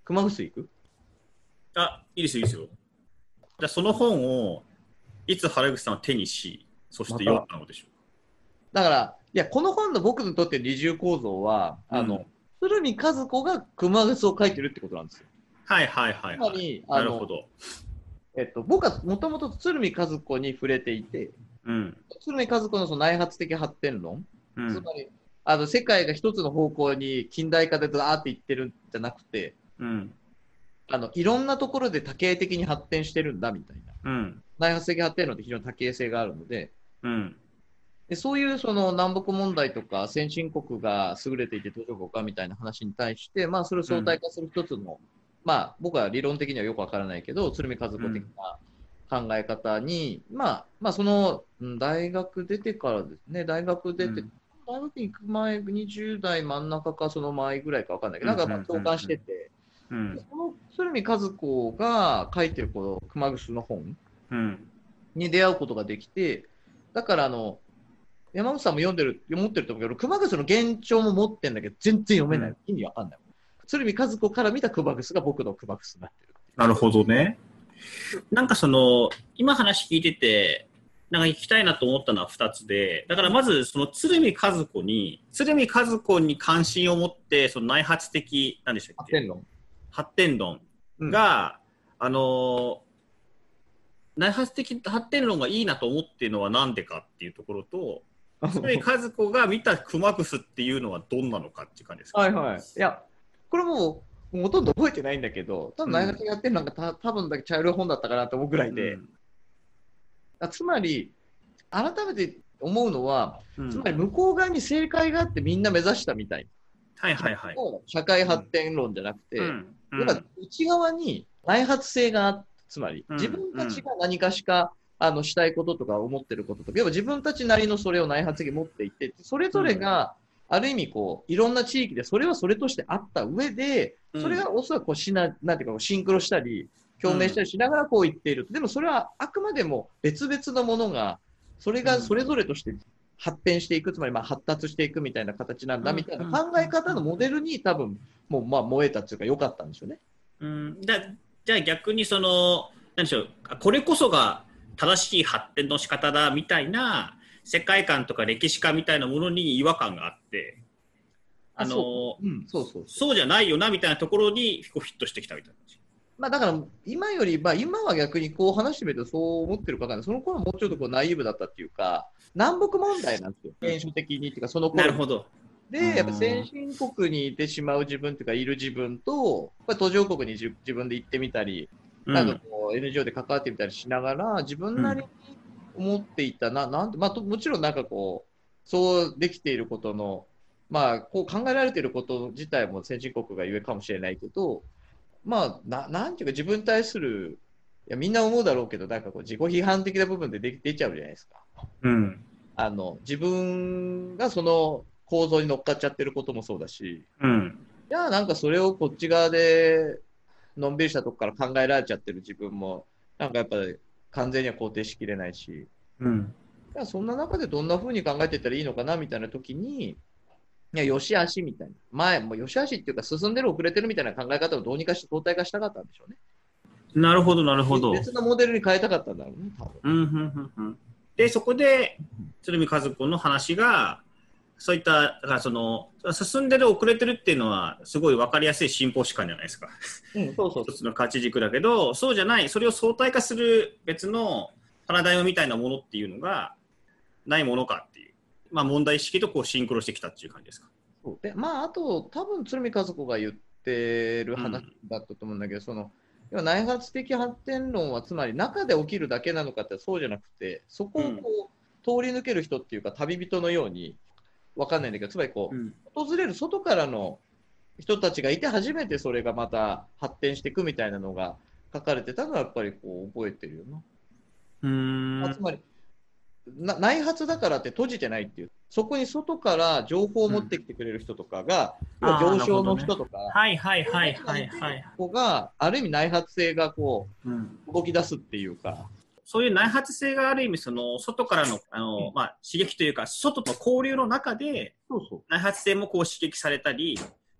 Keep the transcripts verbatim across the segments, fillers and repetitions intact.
熊楠行く？ あ、いいですよ、いいですよ。じゃあその本をいつ原口さんは手にし、そして読んだのでしょうか。 だから、いや、この本の僕にとっての二重構造は、 うん、 あの、鶴見和子が熊楠を書いてるってことなんですよ。 はいはいはいはい。なるほど。 えっと、僕はもともと鶴見和子に触れていて、 うん、 鶴見和子のその内発的発展論、 うん、 つまり、あの、世界が一つの方向に近代化でザーっていってるんじゃなくて、 うん、 あの、いろんなところで多形的に発展してるんだみたいな。 うん、 内発的発展論って非常に多形性があるので、 うん、 でそういうその南北問題とか先進国が優れていて途上国かみたいな話に対して、まあ、それを相対化する一つの、うん、まあ、僕は理論的にはよくわからないけど、鶴見和子的な考え方に、うん、まあ、まあ、その、大学出てからですね、大学出て、うん、大学に行く前、にじゅう代真ん中かその前ぐらいかわかんないけど、なんかまあ共感してて、うん、その鶴見和子が書いてるこの熊楠の本に出会うことができて、だからあの、山本さんも読んでる、持ってると思うけど、熊楠の原著も持ってるんだけど、全然読めない。うん、意味わかんない。鶴見和子から見た熊楠が僕の熊楠になってる。 なるほどね。なんかその、今話聞いてて、なんか聞きたいなと思ったのはふたつで、だからまずその鶴見和子に、鶴見和子に関心を持って、その内発的、何でしたっけ？ 発展論。 発展論が、うん、あの、内発的発展論がいいなと思っているのはなんでかっていうところと、鶴見和子が見た熊楠っていうのはどんなのかっていう感じですか？ はいはい。いや、これもうほとんど覚えてないんだけど、多分内発的発展論がた多分だけ茶色い本だったかなと思うぐらいで、うん、つまり、改めて思うのは、うん、つまり向こう側に正解があってみんな目指したみたい。 はいはいはい。 社会発展論じゃなくて、うんうん、やっぱ内側に内発性があって、つまり自分たちが何かしか、あのしたいこととか思ってることとか、要は自分たちなりのそれを内発的に持っていて、それぞれがある意味こういろんな地域でそれはそれとしてあった上で、それがおそらくこうしななんていうかシンクロしたり共鳴したりしながらこう言っている。でもそれはあくまでも別々のものがそれがそれぞれとして発展していく、つまりまあ発達していくみたいな形なんだみたいな考え方のモデルに多分もうまあ燃えたっていうか良かったんでしょうね。 うん、だじゃあ逆にその何でしょう、これこそが正しい発展の仕方だみたいな世界観とか歴史観みたいなものに違和感があって、あのそうじゃないよなみたいなところにフィットしてきたみたいな。 まあだから今より、まあ、今は逆にこう話してみるとそう思ってるかな、その頃はもうちょっとこうナイーブだったっていうか、南北問題なんですよ、現象的にっていうか、その頃。 なるほど。 で、やっぱ先進国にいてしまう自分というか、いる自分と、やっぱ途上国に自分で行ってみたり、なんかこう エヌジーオー で関わってみたりしながら、自分なりに思っていたな、なんて、まあもちろんなんかこう、そうできていることの、まあこう考えられていること自体も先進国がゆえかもしれないけど、まあ、ななんていうか自分に対する、いやみんな思うだろうけど、なんかこう自己批判的な部分で出出ちゃうじゃないですか。 うん、 あの自分がその構造に乗っかっちゃってることもそうだし、 うん、 いやなんかそれをこっち側でのんびりしたとこから考えられちゃってる自分も、なんかやっぱり完全には肯定しきれないし、 うん、 いやそんな中でどんな風に考えていったらいいのかなみたいな時に、いや、よしあしみたいな。前、もうよしあしっていうか、進んでる遅れてるみたいな考え方をどうにかして相対化したかったんでしょうね。 なるほど、なるほど。 別のモデルに変えたかったんだろうね、多分。 うんうんうんうん、で、そこで、鶴見和子の話が、そういった、だからその、進んでる遅れてるっていうのは、すごい分かりやすい進歩史観じゃないですか。 うん、そうそうそう。 一つの価値軸だけど、そうじゃない、それを相対化する別のパラダイムみたいなものっていうのが、ないものかっていう。まあ、問題意識とこうシンクロしてきたっていう感じですか。 そうでまあ、あと、多分鶴見和子が言ってる話だったと思うんだけど、うん、その要は内発的発展論は、つまり中で起きるだけなのかってそうじゃなくて、そこをこう、うん、通り抜ける人っていうか、旅人のように、わかんないんだけど、つまりこう、うん、訪れる外からの人たちがいて、初めてそれがまた発展していくみたいなのが書かれてたのは、やっぱりこう覚えてるよな。 うーん、 まあ、つまりな内発だからって閉じてないっていう、そこに外から情報を持ってきてくれる人とかが、うん、行商の人とか、 はいはいはいはいはい。 ここがある意味内発性がこう、うん、動き出すっていうか、 そういう内発性がある意味その外からの、あの、うん、まあ、刺激というか、外と交流の中で内発性もこう刺激されたり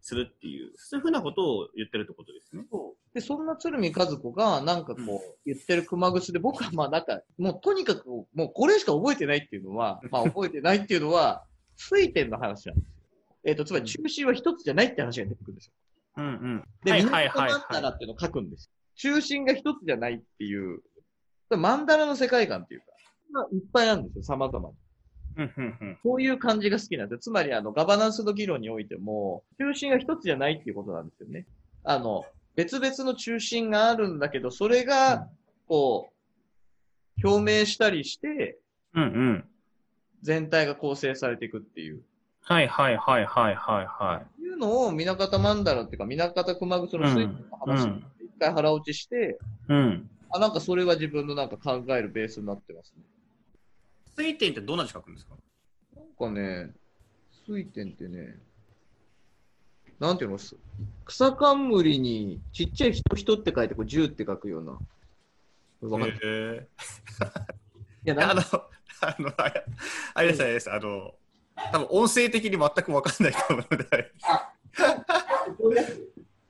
するっていう、そういうふうなことを言ってるってことですね。 そうで、そんな鶴見和子がなんかこう言ってる熊楠で、僕はまあなんか、もうとにかくもうこれしか覚えてないっていうのは、まあ覚えてないっていうのは、水天の話なんですよ。えっ、と、つまり中心は一つじゃないって話が出てくるんですよ。 うんうん。 で、 はいみなはいはいかマンダラはっていうのを書くんですよ。中心が一つじゃないっていう、マンダラの世界観っていうか、まあ、いっぱいあるんですよ、様々に。 い。うんうんうん。 そういう感じが好きなんですよ。つまり、あの、ガバナンスの議論においても、中心が一つじゃないっていうことなんですよね。あの、別々の中心があるんだけど、それが、こう、表明したりして、 うんうん。 全体が構成されていくっていう。 はいはいはいはいはいはいうのを、南方曼荼羅っていうか、南方熊楠のい。う水んの話に一回腹落ちして、 うん。 あ、なんかそれは自分のなんか考えるベースになってますね。 水天ってどんな字書くんですか？ なんかね、水天ってね、なんていうの、す草冠にちっちゃい人人って書いて、こう銃って書くような。わかんない。 へいや、 ーあの、 なんか、 あの、あれあれですあれです。あの、多分音声的に全く分かんないと思うので。 こういうやつ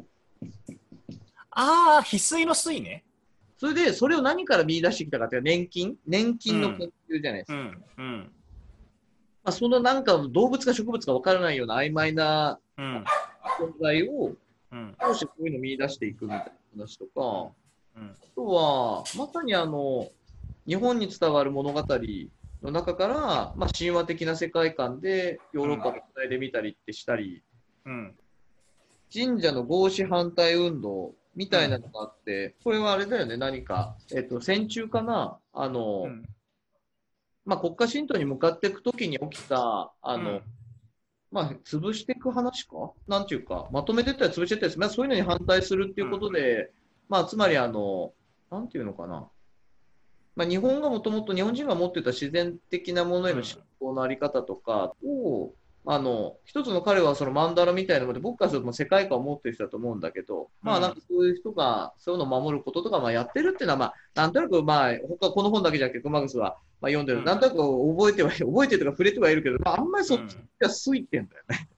ああ、翡翠の翠ね。 それで、それを何から見出してきたかっていうと年金年金の研究じゃないですか。 うんうんまあ、そのなんか動物か植物かわからないような曖昧なうん存在を、 うんどうしてこういうのを見出していくみたいな話とか、 うんあとは、まさにあの、日本に伝わる物語の中から、まあ、神話的な世界観でヨーロッパの時代で見たりってしたり、 うん神社の合祀反対運動みたいなのがあって、これはあれだよね、何か、えっと、戦中かな、あの、 うんまあ、国家神道に向かっていくときに起きた、あの、 うんまあ、潰していく話かなんていうか、まとめてったり潰していったり、まあ、そういうのに反対するっていうことで、まあ、つまり、あの、なんていうのかな。まあ、日本がもともと日本人が持ってた自然的なものへの信仰のあり方とかを、あの、一つの彼はそのマンダラみたいなので、僕からすると世界観を持ってる人だと思うんだけど、まあなんかそういう人がそういうのを守ることとか、まあやってるっていうのは、まあなんとなくまあ、他この本だけじゃなくて、熊楠はまあ読んでる、 うんなんとなく覚えては、覚えてるとか触れてはいるけど、まああんまりそっちがついてんだよね。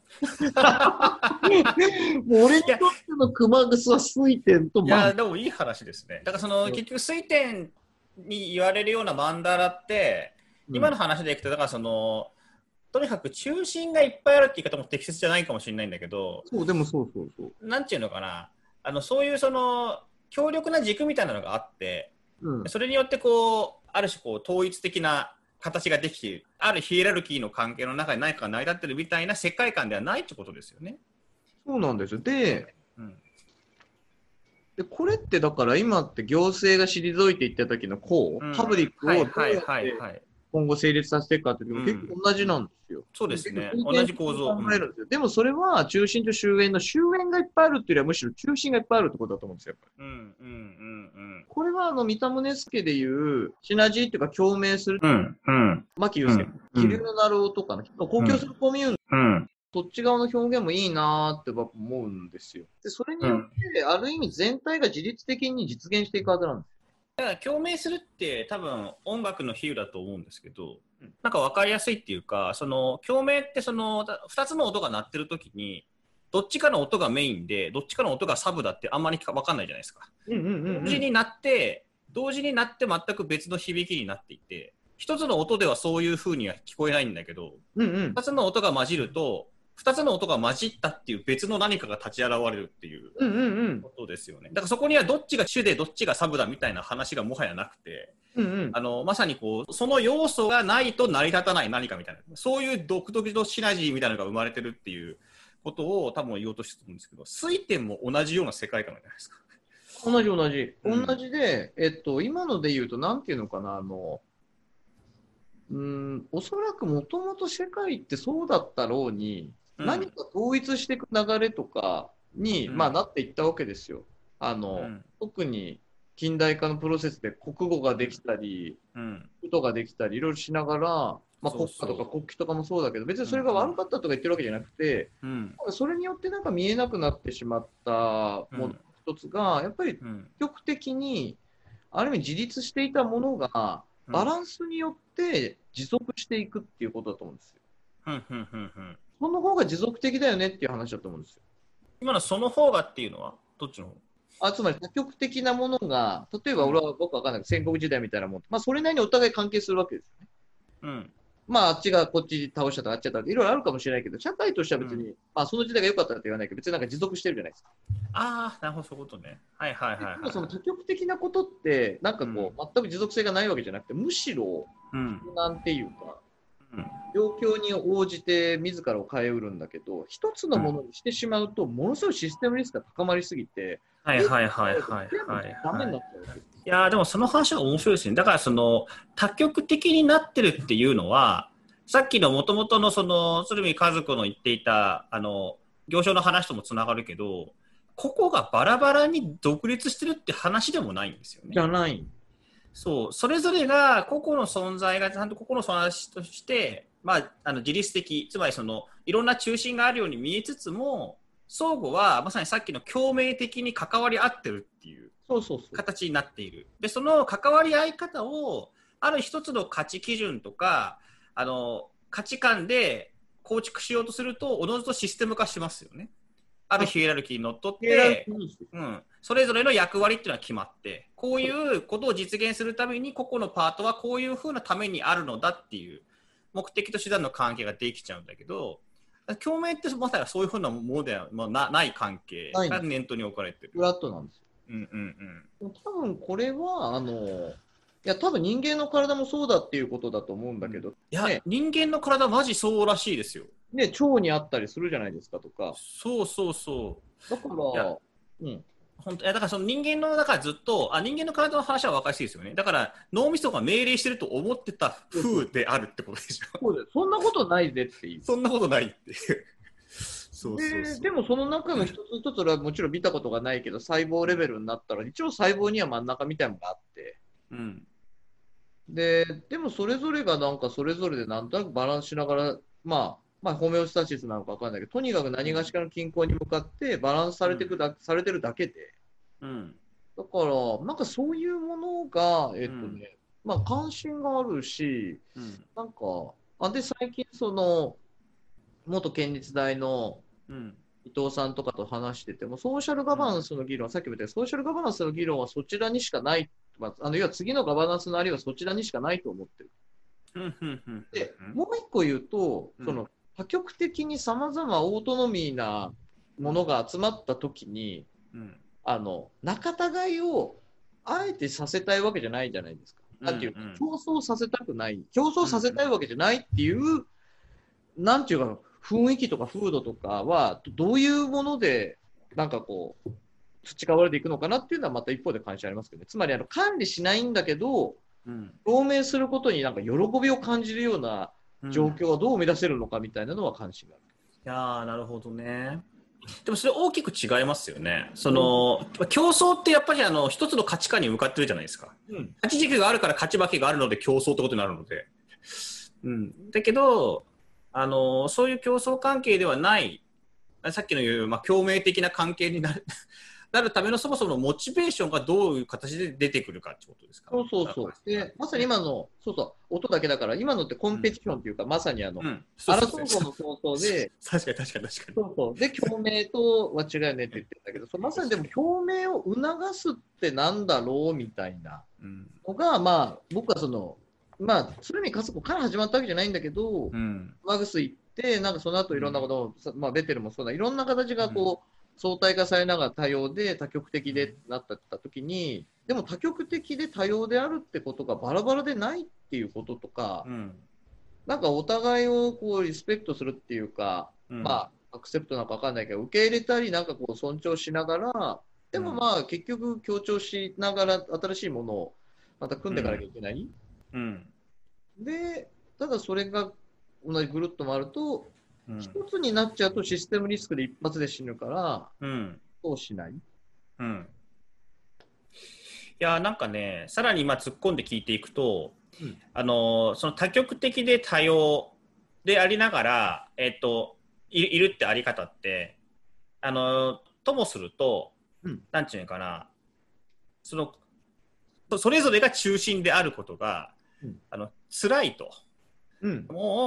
もう俺にとっての熊楠は水天といマンやでもいい話ですね。だからその、結局水天に言われるようなマンダラって、今の話でいくとだからそのとにかく中心がいっぱいあるって言い方も適切じゃないかもしれないんだけど、 そうでもそうそうそう。 なんていうのかな、あのそういうその強力な軸みたいなのがあって、 うん、 それによってこうある種こう統一的な形ができている、あるヒエラルキーの関係の中に何かが成り立ってるみたいな世界観ではないってことですよね。 そうなんですよ。で、 うん、 でこれってだから今って行政が退いていった時のこう、 うん、 パブリックをどうやって今後成立させていくかっていうのが結構同じなんですよ。 うん、そうですね。同じ構造。 考えるんですよ。でもそれは中心と終焉の終焉がいっぱいあるっていうよりはむしろ中心がいっぱいあるってことだと思うんですよ。 うんうんうんうん、 これはあの三田宗介でいうシナジーっていうか共鳴する、 うんうん、 牧祐介、気流の鳴る音かな、公共するコミューン、 うんそっち側の表現もいいなーって僕思うんですよ。で、それによって、ある意味全体が自律的に実現していくはずなんです。 だから共鳴するって多分音楽の比喩だと思うんですけど、なんか分かりやすいっていうか、その共鳴ってそのふたつの音が鳴ってる時にどっちかの音がメインでどっちかの音がサブだってあんまり分かんないじゃないですか。 うんうんうんうん、 同時になって同時になって全く別の響きになっていて、一つの音ではそういう風には聞こえないんだけど、 うんうん、 ふたつの音が混じるとふたつの音が混じったっていう別の何かが立ち現れるっていうことですよね。だからそこにはどっちが主でどっちがサブだみたいな話がもはやなくて、 うんうん、 あのまさにこうその要素がないと成り立たない何かみたいな、そういう独特のシナジーみたいなのが生まれてるっていうことを多分言おうとしてるんですけど、水天も同じような世界観じゃないですか。 同じ同じ、 うん、 同じで、えっと今ので言うとなんていうのかな、あのうーんおそらくもともと世界ってそうだったろうに。 うん、 何か統一していく流れとかに、 うん、 まあ、なっていったわけですよ。あの、うん、特に近代化のプロセスで国語ができたり、うん、ことができたり、いろいろしながら、まあ、国家とか国旗とかもそうだけど、別にそれが悪かったとか言ってるわけじゃなくて、うん、それによってなんか見えなくなってしまったもの一つが、やっぱり積極的に、ある意味自立していたものが、バランスによって持続していくっていうことだと思うんですよ。 うんうんうんうん。 その方が持続的だよねっていう話だと思うんですよ。 今のその方がっていうのはどっちの方？ あ、つまり多極的なものが、例えばうん俺は僕は分かんないけど、戦国時代みたいなもん、まあそれなりにお互い関係するわけですよね。 うんまああっちがこっち倒したとかあっちが倒したとかいろいろあるかもしれないけど、社会としては別に、 うんまあその時代が良かったって言わないけど、別になんか持続してるじゃないですか。 ああ、なるほど、そういうことね。はいはいはいはい。 でもその多極的なことって、なんかこう、全く持続性がないわけじゃなくて、むしろ、 うん。 なんていうか、 うん。 状況に応じて自らを変えうるんだけど、一つのものにしてしまうと、ものすごいシステムリスクが高まりすぎて、 はいはいはいはい全部はい、 ダメにはい。 なっちゃうわけ。 いやーでもその話は面白いですね。だからその多極的になってるっていうのは、さっきのもともとのその鶴見和子の言っていたあの行商の話ともつながるけど、個々がバラバラに独立してるって話でもないんですよね。 じゃない。 そう、それぞれが個々の存在がちゃんと個々の話として、まあ、あの自律的、つまりそのいろんな中心があるように見えつつも、相互はまさにさっきの共鳴的に関わり合ってるっていうそうそうそう。 形になっている。で、その関わり合い方をある一つの価値基準とか、あの価値観で構築しようとすると、おのずとシステム化しますよね。あるヒエラルキーにのっとって、うん、それぞれの役割っていうのは決まって、こういうことを実現するために個々のパートはこういうふうなためにあるのだっていう目的と手段の関係ができちゃうんだけど、共鳴ってまさにそういうふうなものでは、まあ、なない関係が念頭に置かれてる。 フラットなんですよ。 うんうんうん。 多分これは、あの、いや、多分人間の体もそうだっていうことだと思うんだけど、 いや、 ね、 人間の体マジそうらしいですよ。 ね、腸にあったりするじゃないですかとか。 そうそうそう。 だから、 いやうん。 本当いやだからその人間のだからずっとあ人間の体の話は分かりやすいですよね。だから脳みそが命令してると思ってた風であるってことでしょ。 そうです。そんなことないぜっていう。 そんなことないっていう。そうそうでそう。 でもその中の一つ一つはもちろん見たことがないけど、細胞レベルになったら、一応細胞には真ん中みたいなのがあって、 うん。 で、でもそれぞれがなんかそれぞれでなんとなくバランスしながら、まあ、まあ、ホメオスタシスなのか分かんないけど、とにかく何がしかの均衡に向かってバランスされていくだ、されてるだけで、 うん。 だから、なんかそういうものが、えっとね、 うんまあ関心があるし、 うん。 なんか、あ、で、最近その、元県立大のうん。 伊藤さんとかと話してても、ソーシャルガバナンスの議論、さっきも言ったようにソーシャルガバナンスの議論はそちらにしかない、まあ、あの要は次のガバナンスのありはそちらにしかないと思ってる。 うんうんうん。 で、もう一個言うと、 うんその多極的にさまざまオートノミーなものが集まったときに、 うんあの仲違いをあえてさせたいわけじゃないじゃないですか。なんていうか、 うんうん競争させたくない、競争させたいわけじゃないっていう、なんていうか、雰囲気とか風土とかは、どういうもので、なんかこう、培われていくのかなっていうのは、また一方で関心ありますけどね。つまり、あの管理しないんだけど、 うん表明することになんか喜びを感じるようなうん。 状況はどう生み出せるのかみたいなのは関心がある。 いやーなるほどね。でもそれ大きく違いますよね。その競争ってやっぱりあの一つの価値観に向かってるじゃないですか。 うん、 勝ち軸があるから勝ち負けがあるので競争ってことになるので。うん、だけどあのそういう競争関係ではないさっきの言う、まあ、共鳴的な関係になるなるためのそもそものモチベーションがどういう形で出てくるかってことですか。 そうそうそう。で、まさに今の、そうそう、音だけだから、今のってコンペティションっていうか、うん、まさにあの、 うん、そうそう争う方の競争で、 確かに確かに確かに。 そうそう。で、共鳴とは違うよねって言ってるんだけど、そうまさにでも共鳴を促すってなんだろうみたいなのが、まあ、僕はその、まあ、鶴見和子から始まったわけじゃないんだけど、 うん、 ワグス行って、なんかその後いろんなことを、うん、まあ、ベテルもそうだ、いろんな形がこう、うん相対化されながら多様で多極的でなったときに、でも多極的で多様であるってことがバラバラでないっていうこととか、うん、なんかお互いをこうリスペクトするっていうか、うん、まあアクセプトなんか分かんないけど受け入れたりなんかこう尊重しながら、でもまあ結局強調しながら新しいものをまた組んでいかなきゃいけない。うんうん、で、ただそれが同じぐるっと回ると。うん、一つになっちゃうとシステムリスクで一発で死ぬから、うん、そうしない、 うん、いやなんかねさらに今突っ込んで聞いていくと、うん、あのその多極的で多様でありながら、えー、と い, いるってあり方ってあのともすると、うん、なんていうのかなそのそれぞれが中心であることが、うん、あの辛いと、うん、もう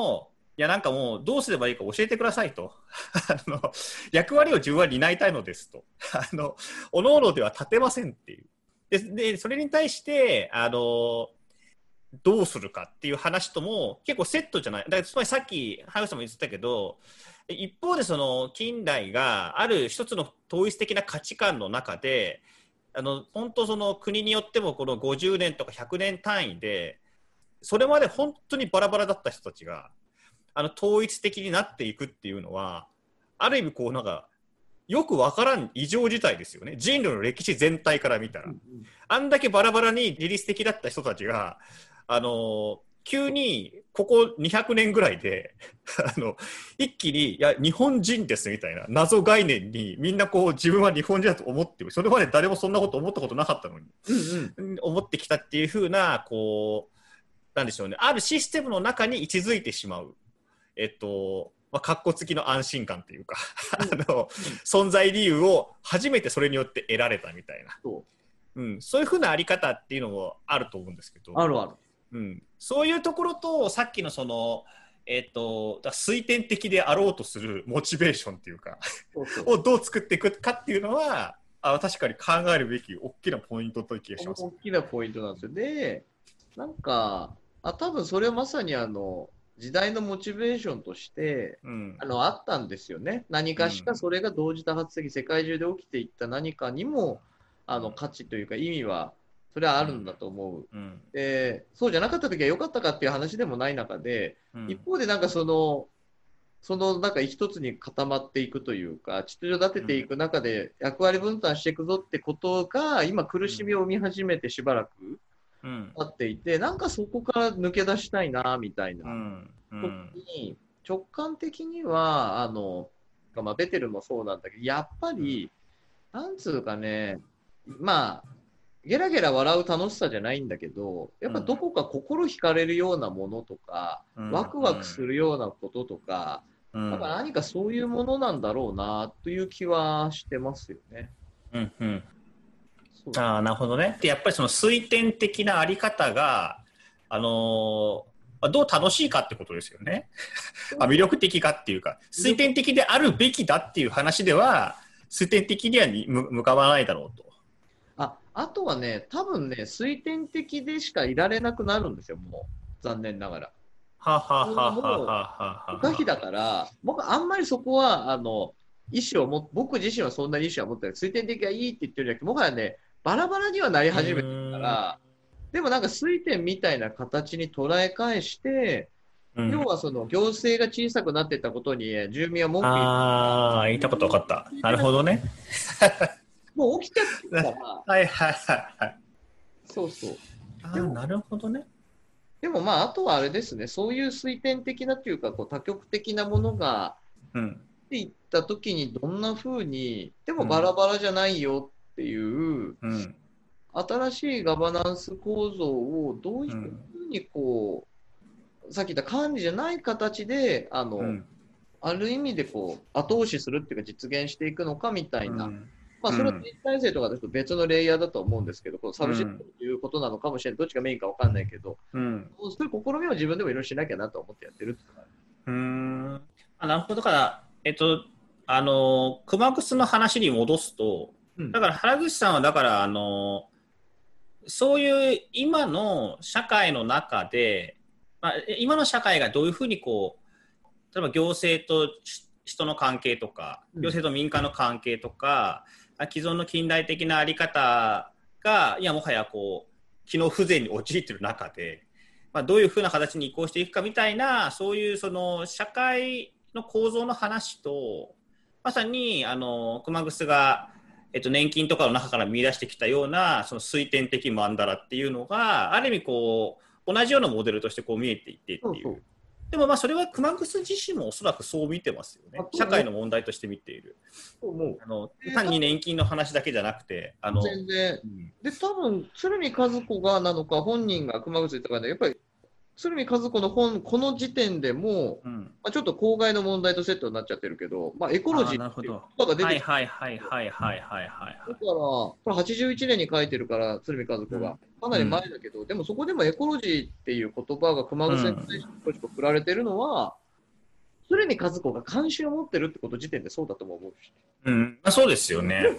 いやなんかもうどうすればいいか教えてくださいとあの役割を自分は担いたいのですとあの各々では立てませんっていうででそれに対してあのどうするかっていう話とも結構セットじゃない。だからつまりさっきハウさんも言ってたけど、一方でその近代がある一つの統一的な価値観の中で、あの本当その国によってもこのごじゅうねんとかひゃくねん単位でそれまで本当にバラバラだった人たちがあの統一的になっていくっていうのはある意味こうなんかよくわからん異常事態ですよね。人類の歴史全体から見たら、うんうん、あんだけバラバラに自律的だった人たちがあの急にここにひゃくねんぐらいであの一気にいや日本人ですみたいな謎概念にみんなこう自分は日本人だと思ってる。それまで誰もそんなこと思ったことなかったのに、うんうん、思ってきたっていう風なこうなんでしょうね、あるシステムの中に位置づいてしまう、えっとまあ、かっこつきの安心感というかあの、うん、存在理由を初めてそれによって得られたみたいな、そう、うん、そういう風なあり方っていうのもあると思うんですけど、 あるある、 うん、そういうところとさっきのその、えっと、推天的であろうとするモチベーションっていうかそうそうをどう作っていくかっていうのはあ確かに考えるべき大きなポイントという気がします。 大きなポイントなんですよ。で、なんかあ多分それはまさにあの時代のモチベーションとして、うん、あのあったんですよね。何かしかそれが同時多発的、世界中で起きていった何かにもあの価値というか意味はそれはあるんだと思う、うん、でそうじゃなかった時は良かったかっていう話でもない中で、うん、一方でなんかそのそのなんか一つに固まっていくというか秩序立てていく中で役割分担していくぞってことが今苦しみを生み始めてしばらく経っていて、うん、なんかそこから抜け出したいなみたいな時に直感的にはあの、まあ、ベテルもそうなんだけどやっぱり、うん、なんつうかねまあゲラゲラ笑う楽しさじゃないんだけどやっぱどこか心惹かれるようなものとか、うん、ワクワクするようなこととか、うん、だから何かそういうものなんだろうなという気はしてますよね。 うんうん、ああなるほどね。でやっぱりその推天的なあり方が、あのー、どう楽しいかってことですよね。あ魅力的かっていうか推天的であるべきだっていう話では推天的には向かわないだろうと。 あ, あとはね、多分ね、推天的でしかいられなくなるんですよ、もう。残念ながら。 はははははは。不可避だから、僕あんまりそこは、あの、意思をも、僕自身はそんなに意思は持ってない。推天的がいいって言ってるんじゃなくて、僕はね、バラバラにはなり始めてるから、でもなんか推天みたいな形に捉え返して、うん、要はその行政が小さくなっていったことに住民は文句言ってああ、言いたこと分かった。なるほどね。 もう起きちゃってるから。 はいはいはい。 そうそう。 ああ、なるほどね。 でもまあ、あとはあれですね、そういう推天的なというか、こう多極的なものが、うん、っていったときにどんなふうに、でもバラバラじゃないよっていう、うん、新しいガバナンス構造をどういうふうにこう、うん、さっき言った管理じゃない形で、あの、うん、ある意味でこう、後押しするっていうか実現していくのかみたいな、うんまあ、それは実体制とかだと別のレイヤーだと思うんですけど、このサブシステムということなのかもしれない、どっちがメインか分かんないけど、うん、そういう試みを自分でもいろいろしなきゃなと思ってやってるってことうーんあなるほどから、えっと、あの熊楠の話に戻すと、うん、だから原口さんはだからあのそういう今の社会の中で、まあ、今の社会がどういうふうにこう例えば行政と人の関係とか行政と民間の関係とか、うん、既存の近代的なあり方がいやもはやこう機能不全に陥っている中で、まあ、どういうふうな形に移行していくかみたいなそういうその社会の構造の話とまさにあの熊楠が、えっと、年金とかの中から見出してきたようなその推天的曼荼羅っていうのがある意味こう同じようなモデルとしてこう見えていてっていう。そうそうでもまあそれは熊楠自身もおそらくそう見てますよね。社会の問題として見ている。あの単に年金の話だけじゃなくて、あの全然、うん、で多分鶴見和子がなのか本人が熊楠とかねやっぱり鶴見和子の本この時点でも、うんまあ、ちょっと公害の問題とセットになっちゃってるけど、まあエコロジーっていう言葉が出てきて、 はいはいはいはいはいはいはいだからこれはちじゅういちねんに書いてるから鶴見和子が、うん、かなり前だけど、うん、でもそこでもエコロジーっていう言葉が熊楠に対して少し振られてるのは。 鶴見和子が関心を持ってるってこと時点でそうだとも思うし。 うん、まあ、そうですよね。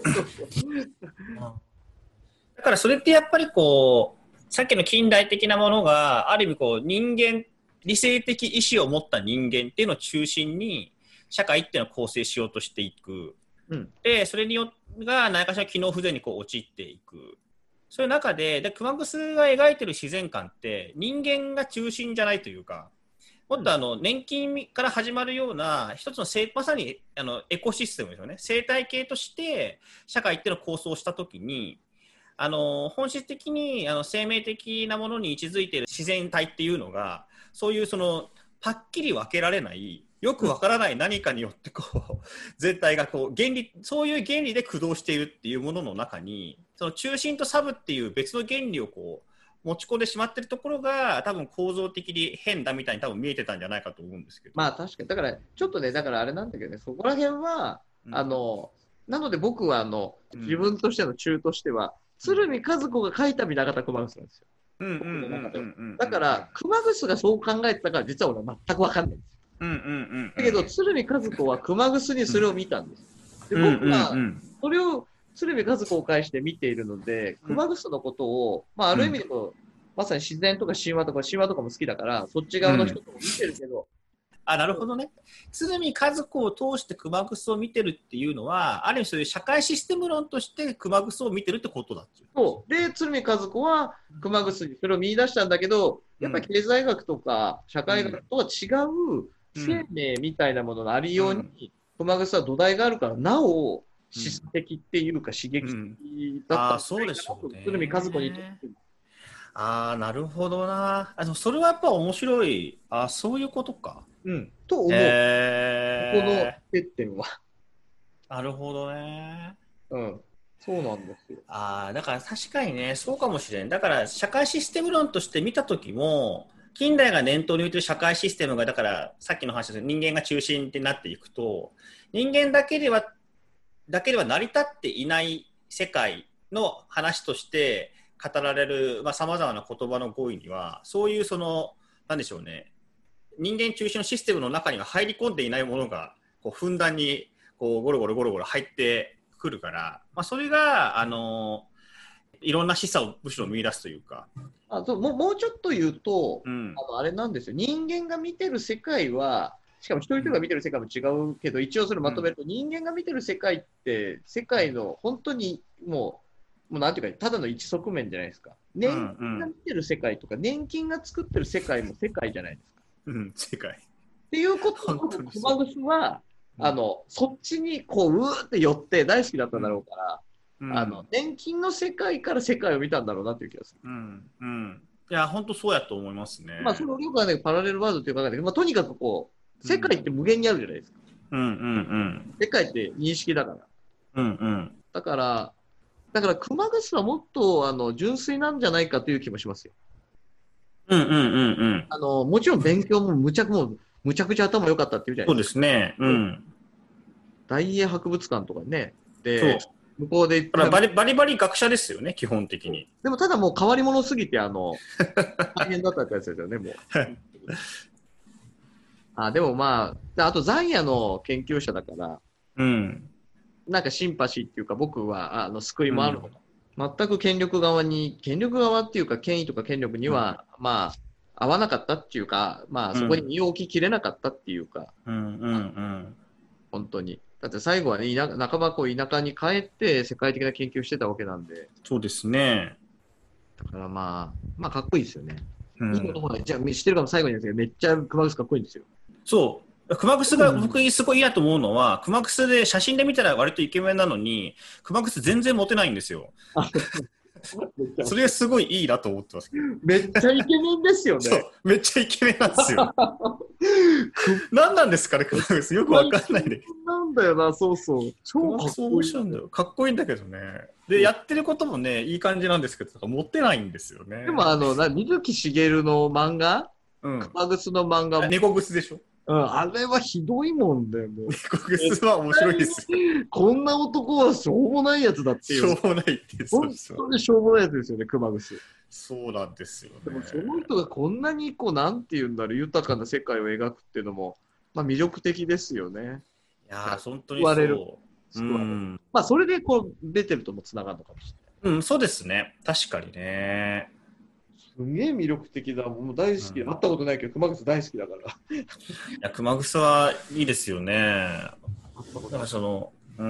だからそれってやっぱりこう、さっきの近代的なものが、ある意味こう、人間、理性的意志を持った人間っていうのを中心に、社会っていうのを構成しようとしていく。 うん、 で、それによってが何かしら機能不全にこう陥っていく。そういう中で、で熊楠が描いてる自然観って人間が中心じゃないというか、もっとあの年金から始まるような一つのせまさにあのエコシステムですよね。生態系として社会っていうのを構想したときに、あの本質的にあの生命的なものに位置づいている自然体っていうのが、そういうそのはっきり分けられないよくわからない何かによってこう全体がこう原理、そういう原理で駆動しているっていうものの中に、その中心とサブっていう別の原理をこう持ち込んでしまっているところが多分構造的に変だみたいに多分見えてたんじゃないかと思うんですけど。 まあ確かに、だからちょっとね、だからあれなんだけどね、そこら辺は、うん、あのなので僕はあの、うん、自分としての中としては、鶴見和子が書いた南方熊楠なんですよ。だから熊楠がそう考えてたから実は俺は全く分かんないんですよ。 うんうんうんうん、 だけど鶴見和子は熊楠にそれを見たんです。で僕はそれを鶴見和子を介して見ているので、熊楠のことを、まあ、ある意味でこう、まさに自然とか神話とか神話とかも好きだからそっち側の人とも見てるけど、うん、 あ、なるほどね。鶴見和子を通して熊楠を見てるっていうのは、ある意味そういう社会システム論として熊楠を見てるってことだっていう。 そうで鶴見和子は熊楠にそれを見出したんだけど、やっぱり経済学とか社会学とは違う生命みたいなもののありように熊楠は土台があるから、なお質的っていうか刺激的だったんじゃないかなと鶴見和子にとって。 ああ、なるほどな。あのそれはやっぱ面白い。あ、そういうことか。 うん、と思う、 えー、 この接点は。 なるほどね。 うん、そうなんですよ。 ああ、だから確かにね、そうかもしれん。だから社会システム論として見たときも、近代が念頭に置いている社会システムが、だからさっきの話で人間が中心になっていくと、人間だけでは、だけでは成り立っていない世界の話として語られる、まあ、様々な言葉の語彙には、そういうその、なんでしょうね、人間中心のシステムの中には入り込んでいないものがこうふんだんにこうゴロゴロゴロゴロ入ってくるから、まあ、それがあのいろんな示唆をむしろ見出すというか、 あそう も, もうちょっと言うと、 うん、 あのあれなんですよ。人間が見てる世界は、しかも一人一人が見てる世界も違うけど、一応それまとめると、うん、人間が見てる世界って世界の本当にもうもうなんていうかただの一側面じゃないですか。年金が見てる世界とか、年金が作ってる世界も世界じゃないですか。 うん、世界っていうことを熊楠は、うん、あのそっちにこううーって寄って大好きだったんだろうから、うん、あの年金の世界から世界を見たんだろうなという気がする。 うんうん、いや本当そうやと思いますね。 まあそのよくはねパラレルワールドというか、まあ、とにかくこう世界って無限にあるじゃないですか。 うんうんうん、 世界って認識だから。 うんうん、 だからだから熊楠はもっとあの純粋なんじゃないかという気もしますよ。 うんうんうんうん、 あのもちろん勉強もむちゃくもうむちゃくちゃ頭良かったっていうじゃないですか。 そうですね。うん。 大英博物館とかね。で、向こうでバリバリバリ学者ですよね、基本的に。 でもただもう変わり者すぎてあの大変だったってやつですよね、もう。あでもまあ、あとザイアの研究者だから、 うん、 なんかシンパシーっていうか僕はあの救いもあるのか、うん、全く権力側に権力側っていうか権威とか権力には、うん、まあ合わなかったっていうか、まあそこに身を置ききれなかったっていうか、 うんうんうん、 本当に。だって最後はね、半ばこう田舎に帰って世界的な研究してたわけなんで。 そうですね。 だからまあ、まあかっこいいですよね。うん、いいこともない。じゃあ知ってるかも最後に言うんですけど、めっちゃ熊楠かっこいいんですよ。 そう。熊楠が僕すごいいいなと思うのは、熊楠で写真で見たら割とイケメンなのに、熊楠全然モテないんですよ。それすごいいいなと思ってます。 めっちゃイケメンですよね。 そう、めっちゃイケメンなんですよ。何なんですかね、熊楠。よくわかんないで。 なんだよな、そうそう。超かっこいい。 んだよ。かっこいいんだけどね。で、やってることもね、いい感じなんですけど、モテないんですよね。 でも、あの、水木しげるの漫画、うん、熊楠の漫画。 猫楠でしょ。 うん、あれはひどいもんだよ、もう。 猫楠は面白いですよ。 こんな男はしょうもないやつだっていう。 しょうもないって。 本当にしょうもないやつですよね、熊楠。 そうなんですよね。 でもその人がこんなにこう、なんていうんだろう、豊かな世界を描くっていうのも、 まあ魅力的ですよね。 いやー、本当に救われるそう。 救われるうん、 まあそれでこう出てるともつながるのかもしれない。 うん、そうですね。確かにね。 すげえ魅力的だ。もう大好き。 うん会ったことないけど、熊楠大好きだから。 いや、熊楠はいいですよね。 会ったことだかない。 らその、うん。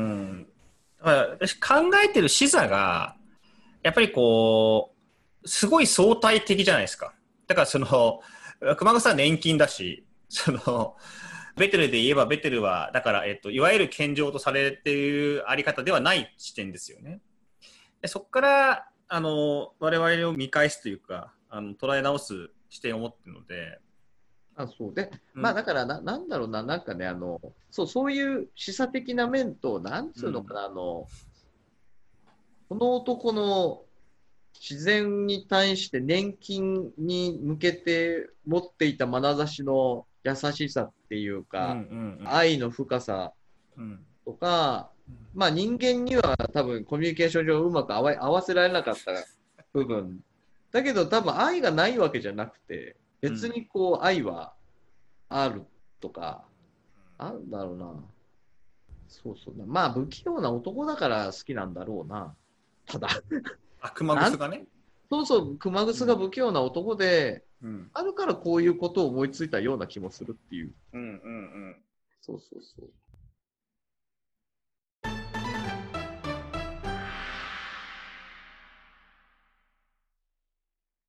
だから私考えてる視座が、やっぱりこう、すごい相対的じゃないですか。だからその、熊楠は年金だし、その、ベテルで言えばベテルは、だから、えっと、いわゆる健常とされているあり方ではない視点ですよね。でそこから、あの、我々を見返すというか、あの捉え直す視点を持っているので、 あ、そうで、 うんまあだからな、なんだろうな、なんかね、あの、そう、そういう示唆的な面と、なんつうのかな、あの、この男の自然に対して年金に向けて持っていた眼差しの優しさっていううんうか、 ん愛の深さうんうんとか、まあ人間には多分コミュニケーション上うまく合わ合わせられなかった部分。だけど多分愛がないわけじゃなくて、別にこう愛はあるとか、あるんだろうな。そうそうな。まあ不器用な男だから好きなんだろうな。ただ、 あ、熊楠がね。 そうそう、熊楠が不器用な男で、 うんあるからこういうことを思いついたような気もするっていう。 うんうんうん。 そうそうそう。